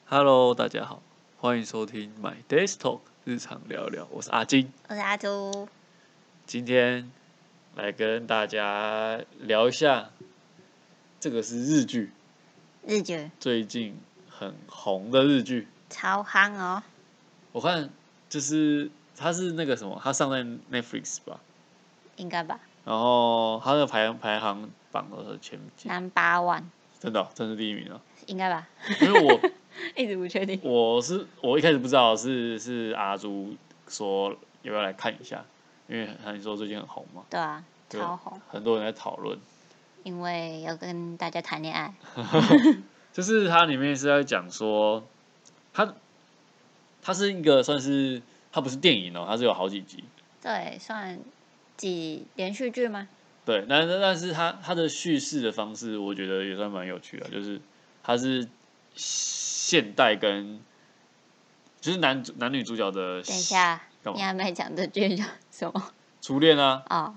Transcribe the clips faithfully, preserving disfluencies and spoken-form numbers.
Hello，大家好，欢迎收听 My Days Talk 日常聊聊，我是阿金， 我是阿朱。 今天来跟大家聊一下，这个是日剧， 日剧最近很红的日剧， 超夯哦。 我看就是它是那个什么，它上在 Netflix 吧， 应该吧。 然后它的排排行榜都是前几， Number one， 真的、哦、真是第一名啊， 应该吧。 因为我一直不确定。 我是我一开始不知道是是阿朱说要不要来看一下，因为你说最近很红嘛， 对啊，超红。 很多人在讨论， 因为要跟大家谈恋爱。 就是它里面是在讲说，它它是一个算是它不是电影哦，它是有好几集， 对，算几连续剧吗？ 对，但但是它它的叙事的方式，我觉得也算蛮有趣的，就是它是现代跟就是男男女主角的， 等一下， 干嘛？ 你还没讲这句叫什么？ 初恋啊。 哦。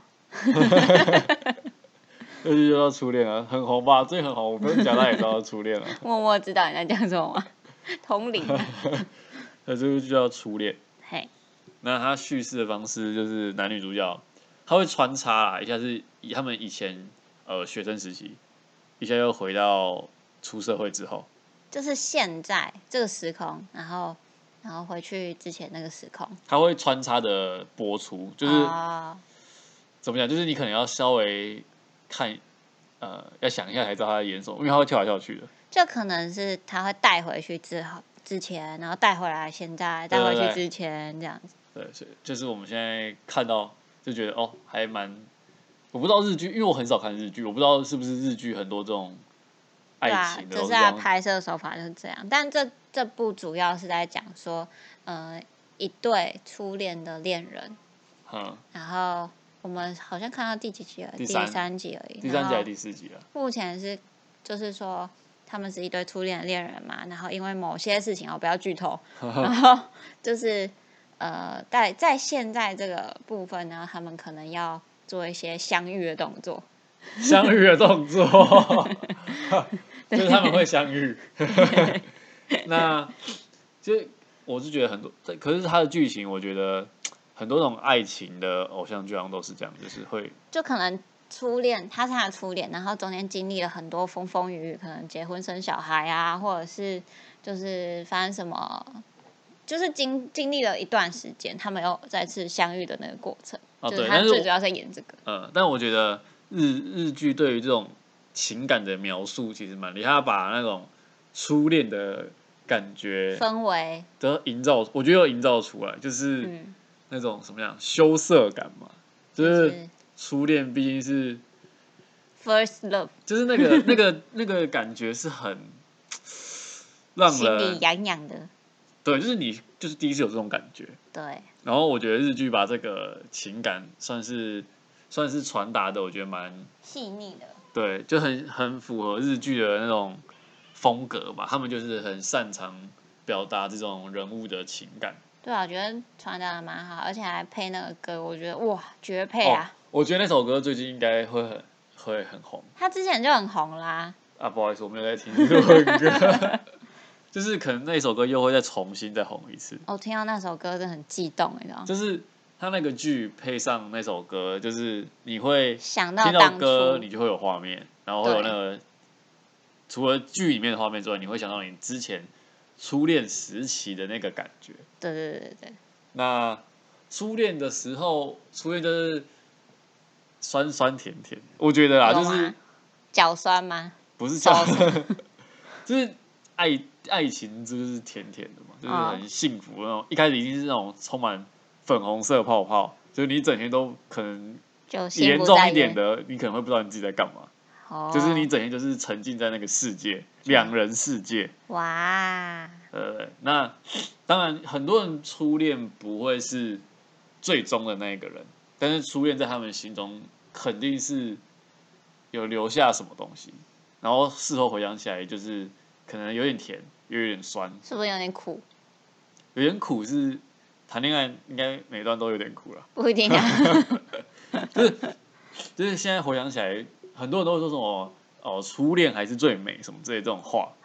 这就叫初恋啊，很红吧？最很红，我不用讲，他也知道初恋了。 默默知道你在讲什么吗？同龄。 那这个就叫初恋。 嘿。 那他叙事的方式就是男女主角，他会穿插啦，一下是以他们以前呃学生时期，一下又回到出社会之后， 就是现在这个时空，然后然后回去之前那个时空。 他会穿插的播出，就是、 哦、 怎么讲，就是你可能要稍微看，呃，要想一下才知道他在演什么，因为他会跳来跳去的。 就可能是他会带回去之后之前，然后带回来现在，带回去之前这样子。 对，所以就是我们现在看到就觉得哦，还蛮，我不知道日剧，因为我很少看日剧，我不知道是不是日剧很多这种爱情的， 对啊，就是他拍摄手法就是这样。但这这部主要是在讲说，呃，一对初恋的恋人， 嗯， 然后我们好像看到第几集了？ 第三第三集而已。 第三集还是第四集了？ 目前是就是说。他们是一对初恋的恋人嘛，然后因为某些事情，我不要剧透，然后就是呃，在在现在这个部分呢，他们可能要做一些相遇的动作。 相遇的动作，就是他们会相遇。那就我是觉得很多，可是他的剧情，我觉得很多种爱情的偶像剧好像都是这样，就是会就可能。初恋，他是他的初恋，然后中间经历了很多风风雨雨，可能结婚生小孩啊，或者是就是发生什么，就是经经历了一段时间，他们又再次相遇的那个过程。 哦， 就是对， 他最主要在演这个。 呃，但我觉得日日剧对于这种情感的描述其实蛮厉害，他把那种初恋的感觉氛围都营造，我觉得有营造出来，就是那种什么样羞涩感嘛，就是。就是初恋毕竟是 first love， 就是那个那个那个感觉是很让人心里痒痒的。 对，就是你就是第一次有这种感觉。 对。 然后我觉得日剧把这个情感算是算是传达的，我觉得蛮细腻的。 对，就很很符合日剧的那种风格吧。他们就是很擅长表达这种人物的情感。 对啊，我觉得传达的蛮好，而且还配那个歌，我觉得哇，绝配啊！ 哦，我觉得那首歌最近应该会很会很红。 他之前就很红啦。 啊，不好意思，我没有在听日文歌，就是可能那首歌又会再重新再红一次。 我、哦、听到那首歌真的很激动，你知道吗？ 就是他那个剧配上那首歌，就是你会想到听到歌，你就会有画面，然后会有那个除了剧里面的画面之外，你会想到你之前初恋时期的那个感觉。 对对对对。 那初恋的时候，初恋就是酸酸甜甜，我觉得啦，就是脚酸吗？ 不是脚酸，就是爱爱情就是甜甜的嘛，就是很幸福那种。哦、一开始一定是那种充满粉红色泡泡，就是你整天都可能严重一点的，你可能会不知道你自己在干嘛。哦、就是你整天就是沉浸在那个世界，两人世界。哇。呃，那当然很多人初恋不会是最终的那一个人，但是初恋在他们心中肯定是有留下什么东西，然后事后回想起来，就是可能有点甜，又有点酸， 是不是有点苦？ 有点苦是谈恋爱应该每段都有点苦啦， 不一定啊。 就是就是现在回想起来，很多人都会说什么哦，初恋还是最美什么之类这种话。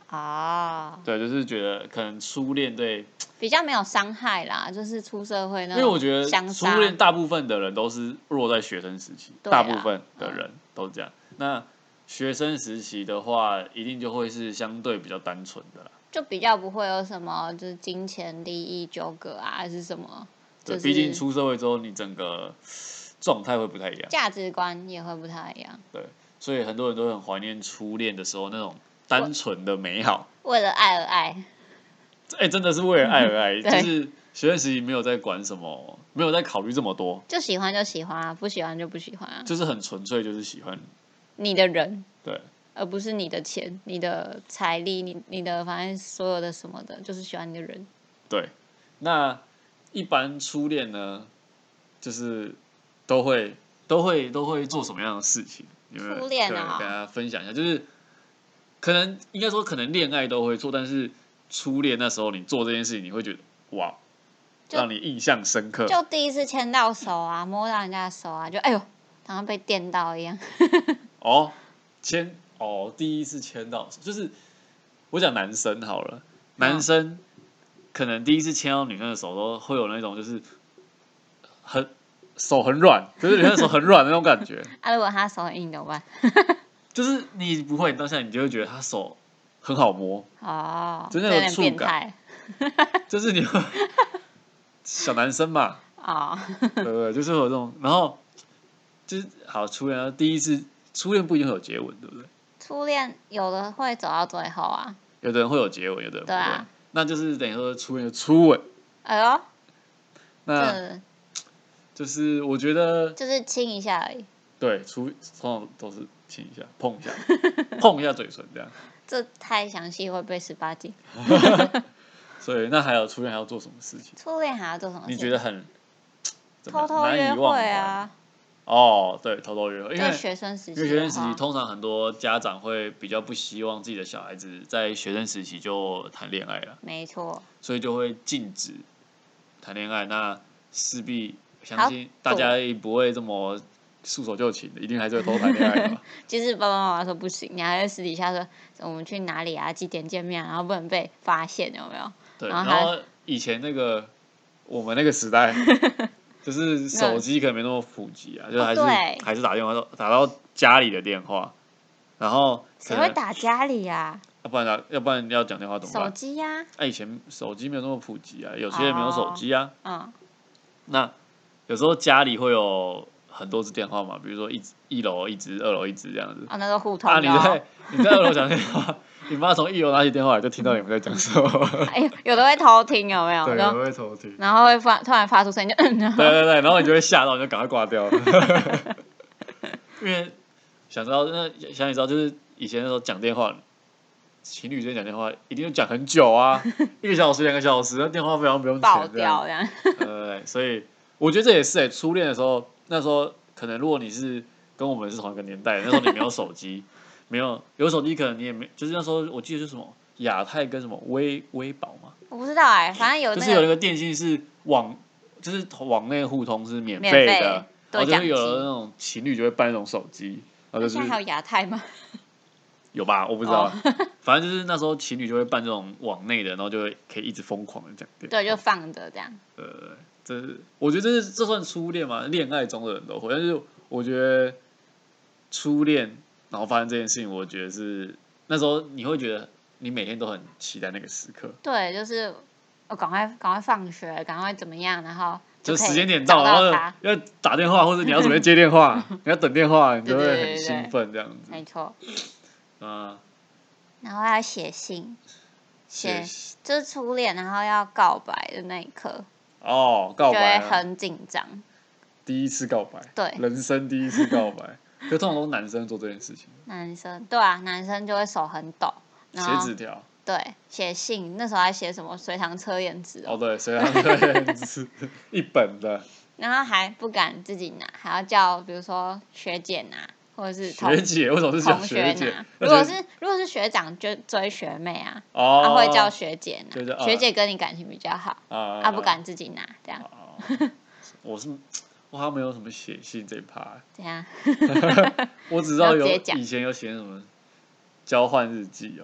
啊， 对，就是觉得可能初恋对， 比较没有伤害啦，就是出社会那种因为我觉得相杀初恋大部分的人都是落在学生时期， 对啦大部分的人都这样。那学生时期的话，一定就会是相对比较单纯的啦。 就比较不会有什么就是金钱利益纠葛啊，还是什么， 对， 就是毕竟出社会之后，你整个状态会不太一样。 价值观也会不太一样。 对，所以很多人都很怀念初恋的时候那种单纯的美好。 为了爱而爱， 哎、欸，真的是为了爱而爱， 对就是学生时期没有在管什么，没有在考虑这么多， 就喜欢就喜欢啊，不喜欢就不喜欢啊。 就是很纯粹，就是喜欢。 你的人， 对， 而不是你的钱、你的财力、你你的反正所有的什么的，就是喜欢你的人。 对。那一般初恋呢，就是都会都会都会做什么样的事情？有没有？ 初恋啊对，跟大家分享一下，就是可能应该说可能恋爱都会做，但是初恋那时候你做这件事情，你会觉得哇， 就让你印象深刻。 就第一次牵到手啊，摸到人家的手啊，就哎呦，好像被电到一样。 哦，牵哦，第一次牵到手，就是我讲男生好了，男生可能第一次牵到女生的手都会有那种就是很手很软，就是女生的手很软的那种感觉。 啊，如果他手很硬怎么办？ 就是你不会当下你就会觉得他手很好摸， 哦， 就那种有点触感变态。 就是你会小男生嘛， 哦， 对不对？就是有这种，然后就是好初恋，第一次初恋不一定会有接吻，对不对？ 初恋有的会走到最后啊。 有的人会有接吻，有的人不会， 对啊那就是等于说初恋的初吻。 哎呦， 那这就是我觉得就是亲一下而已。 对，初通常都是亲一下、碰一下、碰一下嘴唇这样。 这太详细会被十八禁。 所以那还有初恋还要做什么事情？ 初恋还要做什么事？ 你觉得很怎么偷偷约样难以忘怀会啊？ 哦，对，偷偷约会，因在为学生时期， 因为学生时期通常很多家长会比较不希望自己的小孩子在学生时期就谈恋爱了， 没错， 所以就会禁止谈恋爱。那势必相信大家也不会这么束手就擒的，一定还是会偷谈恋爱的嘛。 其实爸爸妈妈说不行，你还在私底下说我们去哪里啊，几点见面、啊，然后不能被发现，有没有？ 对， 然后然后以前那个我们那个时代，就是手机可能没那么普及啊，就还是、 哦对还是打电话打到家里的电话，然后可谁能会打家里呀、 要不然打要不然要讲电话怎么手办？ 机呀、 啊，以前手机没有那么普及啊，有些人没有手机啊。 嗯， 那有时候家里会有很多支电话嘛，比如说一一楼一支，二楼一支这样子。 哦，那个互通啊， 的、哦。 你在你在二楼讲电话，你妈从一楼拿起电话来就听到你们在讲什么。 哎呦，有的会偷听，有没有？ 对， 然后有人会偷听。 然后会发突然发出声音，就嗯，然后对对对，然后你就会吓到，你就赶快挂掉。因为想知道，那想你知道，就是以前那时候讲电话，情侣之间讲电话一定要讲很久啊，一个小时、两个小时，那电话费好像不用爆钱这样。 掉这样。 呃，所以我觉得这也是哎、初恋的时候，那时候可能如果你是跟我们是同一个年代，那时候你没有手机，没有有手机，可能你也没，就是那时候我记得是什么亚太跟什么微微宝嘛， 我不知道哎、反正有那个就是有一个电信是网，就是网内互通是免免费费的，然对讲机。 后就是有的那种情侣就会办那种手机，然后就是那现在还有亚太吗？ 有吧，我不知道， 哦反正就是那时候情侣就会办这种网内的，然后就会可以一直疯狂的讲电话。 对，就放着这样。 呃，这是我觉得这是这算初恋吗？恋爱中的人都会，但是我觉得初恋然后发生这件事情，我觉得是那时候你会觉得你每天都很期待那个时刻， 对，就是我赶快赶快放学，赶快怎么样，然后可以就时间点找到，然后到他。 要打电话，或者你要准备接电话，你要等电话，你就会对对对对很兴奋这样子。 没错。 啊， 然后要写信， 写写就是初恋，然后要告白的那一刻， 哦，告就白啊， 会很紧张。 第一次告白， 对人生第一次告白，可通常都是男生做这件事情， 男生对啊，男生就会手很抖，然写后纸条。 对写信，那时候还写什么随堂测验纸哦， 哦， 对，谁让对是一本的然后还不敢自己拿，还要叫比如说学姐拿，或者是同学姐，为什么是讲同学姐拿？。 那如果学是如果是学长，就追学妹啊， 哦， 他会叫学姐拿， 对对啊学姐跟你感情比较好， 啊他不敢自己拿，这样哦我是我好像没有什么写信这一趴， 这样。 我只知道有要直接讲以前有写什么交换日记哦，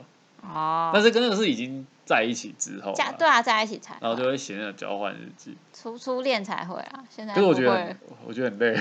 哦， 但是跟那个是已经在一起之后啦， 在对啊，在一起才会， 然后就会写那个交换日记。 初初恋才会啊，现在可是我觉得不会很，我觉得很累，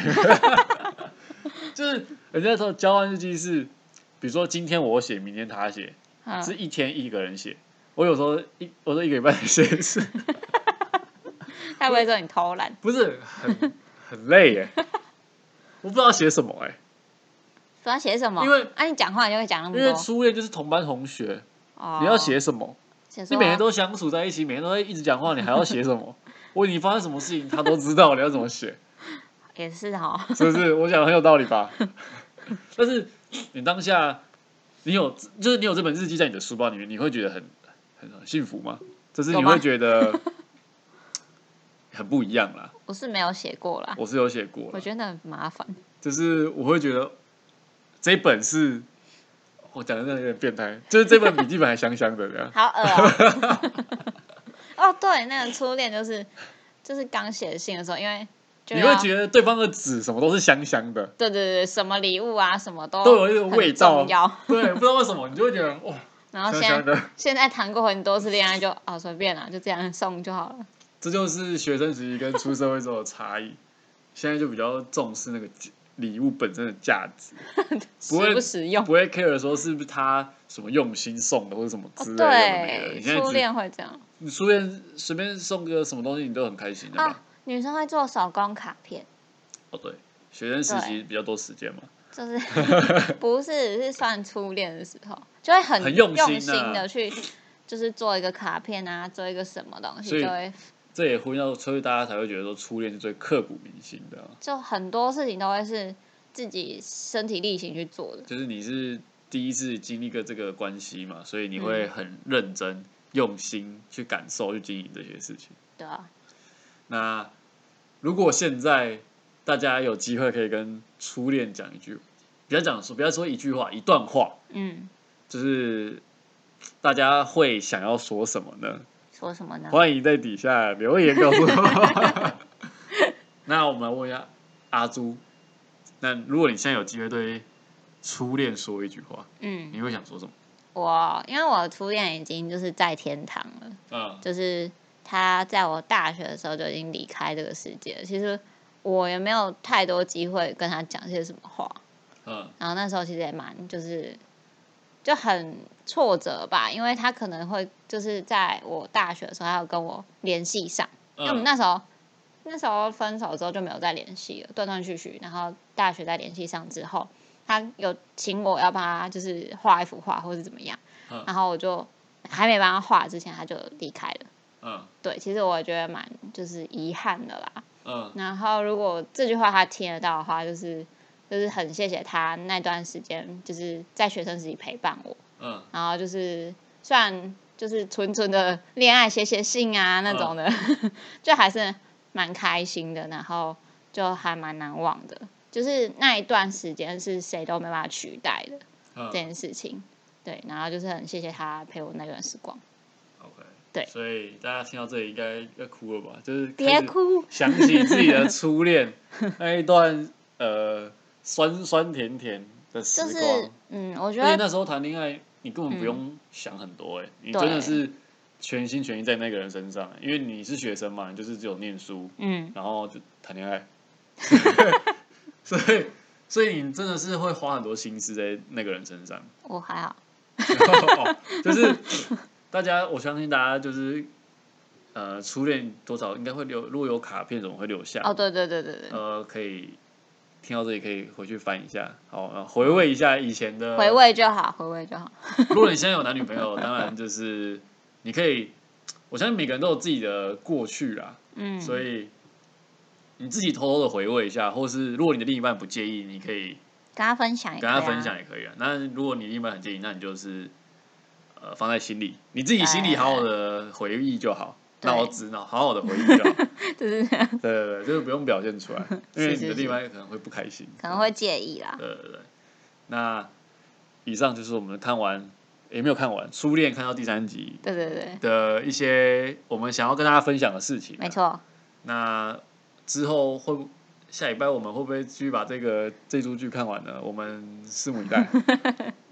就是人家说交换日记是，比如说今天我写，明天他写， 嗯， 是一天一个人写。我有时候一，我说一个礼拜才写一次， 他不会说你偷懒？ 不是很很累耶，我不知道写什么哎， 不知道写什么？ 因为啊，你讲话你就会讲那么因为多， 初恋就是同班同学， 哦， 你要写什么？ 写说你每天都相处在一起，每天都会一直讲话，你还要写什么？我你发生什么事情，他都知道，你要怎么写？ 也是哈， 是不是？我讲的很有道理吧？但是你当下，你有就是你有这本日记在你的书包里面，你会觉得很很很幸福吗？就是你有吗会觉得很不一样啦。 我是没有写过啦， 我是有写过啦， 我觉得很麻烦。 就是我会觉得这一本是我讲的那有点变态，就是这本笔记本还香香的这样。 好恶哦、哦，对，那个初恋就是就是刚写信的时候，因为就你要会觉得对方的纸什么都是香香的， 对对对，什么礼物啊，什么都都有一个味很道重要。 对，不知道为什么你就会觉得哇， 然后现在香香的。 现在谈过很多次恋爱就，哦随便啦，就这样送就好了。 这就是学生时期跟出社会之后的差异。现在就比较重视那个礼物本身的价值，不会实不实用？ 不会 care 说是不是他什么用心送的或者什么哦之类的。 对， 你现在初只恋会这样你初恋随便送个什么东西，你都很开心的嘛。 啊。女生会做手工卡片， 哦，对，学生时期比较多时间嘛。 就是不是是算初恋的时候，就会很很用心啊用心的去，就是做一个卡片啊，做一个什么东西， 所以就会这也呼应到，所以大家才会觉得说初恋是最刻骨铭心的啊、 就很多事情都会是自己身体力行去做的。 就是你是第一次经历过这个关系嘛，所以你嗯会很认真、用心去感受、去经营这些事情。 对啊， 那如果现在大家有机会可以跟初恋讲一句，不要讲说，不要说一句话，一段话， 嗯， 就是大家会想要说什么呢？ 说什么呢？ 欢迎在底下留言告诉我。那我们来问一下阿朱，那如果你现在有机会对初恋说一句话， 嗯， 你会想说什么？ 我因为我的初恋已经就是在天堂了， 嗯就是他在我大学的时候就已经离开这个世界了。其实我也没有太多机会跟他讲些什么话， 嗯然后那时候其实也蛮就是就很挫折吧，因为他可能会就是在我大学的时候，他有跟我联系上，因为我们嗯那时候那时候分手之后就没有再联系了，断断续续。然后大学再联系上之后，他有请我要帮他就是画一幅画或是怎么样， 嗯然后我就还没帮他画之前他就离开了。 嗯对，其实我也觉得蛮就是遗憾的啦。 嗯然后如果这句话他听得到的话，就是就是很谢谢他那段时间就是在学生时期陪伴我， 嗯然后就是虽然就是纯纯的恋爱写写信啊那种的，就还是蛮开心的，然后就还蛮难忘的。就是那一段时间是谁都没办法取代的嗯这件事情，对，然后就是很谢谢他陪我那段时光。 ，OK， 对所以大家听到这里应该要哭了吧？就是开始别哭， 想起自己的初恋那一段呃酸酸甜甜的时就光， 是嗯，我觉得而且那时候谈恋爱，你根本不用想很多哎、你真的是全心全意在那个人身上、欸，因为你是学生嘛，你就是只有念书， 嗯， 然后就谈恋爱，所以所以你真的是会花很多心思在那个人身上， 我还好， 哦就是大家我相信大家就是呃初恋多少应该会留，如果有卡片总会留下， 哦，对对对对对， 呃可以。听到这里可以回去翻一下，好，呃回味一下以前的。 回味就好，回味就好。 如果你现在有男女朋友，当然就是你可以，我相信每个人都有自己的过去啦， 嗯， 所以你自己偷偷的回味一下，或是如果你的另一半不介意，你可以跟他分享也可以、啊， 跟他分享也可以啊。那如果你另一半很介意，那你就是呃放在心里，你自己心里好好的回忆就好，脑子脑好好的回忆就好。 就是这样， 对对对，就是不用表现出来，因为你的是是另一半可能会不开心， 可能会介意啦。 对对对。那以上就是我们看完，也没有看完，初恋看到第三集对对对， 的一些我们想要跟大家分享的事情。 没错。 那之后会不下礼拜我们会不会继续把这个这出剧看完呢？我们拭目以待。不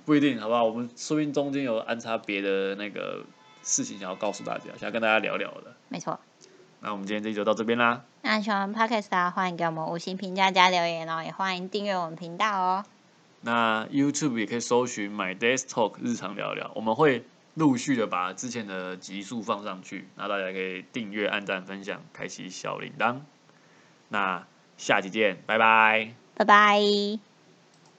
不一定，好不好？我们说不定中间有安插别的那个事情想要告诉大家，想要跟大家聊聊的。 没错。 那我们今天这集就到这边啦。 那喜欢 Podcast 的欢迎给我们五星评价加留言哦，也欢迎订阅我们频道哦。 那 YouTube 也可以搜寻 My Desk Talk 日常聊聊，我们会陆续的把之前的集数放上去，那大家可以订阅、按赞、分享、开启小铃铛。那下期见，拜拜。 拜拜。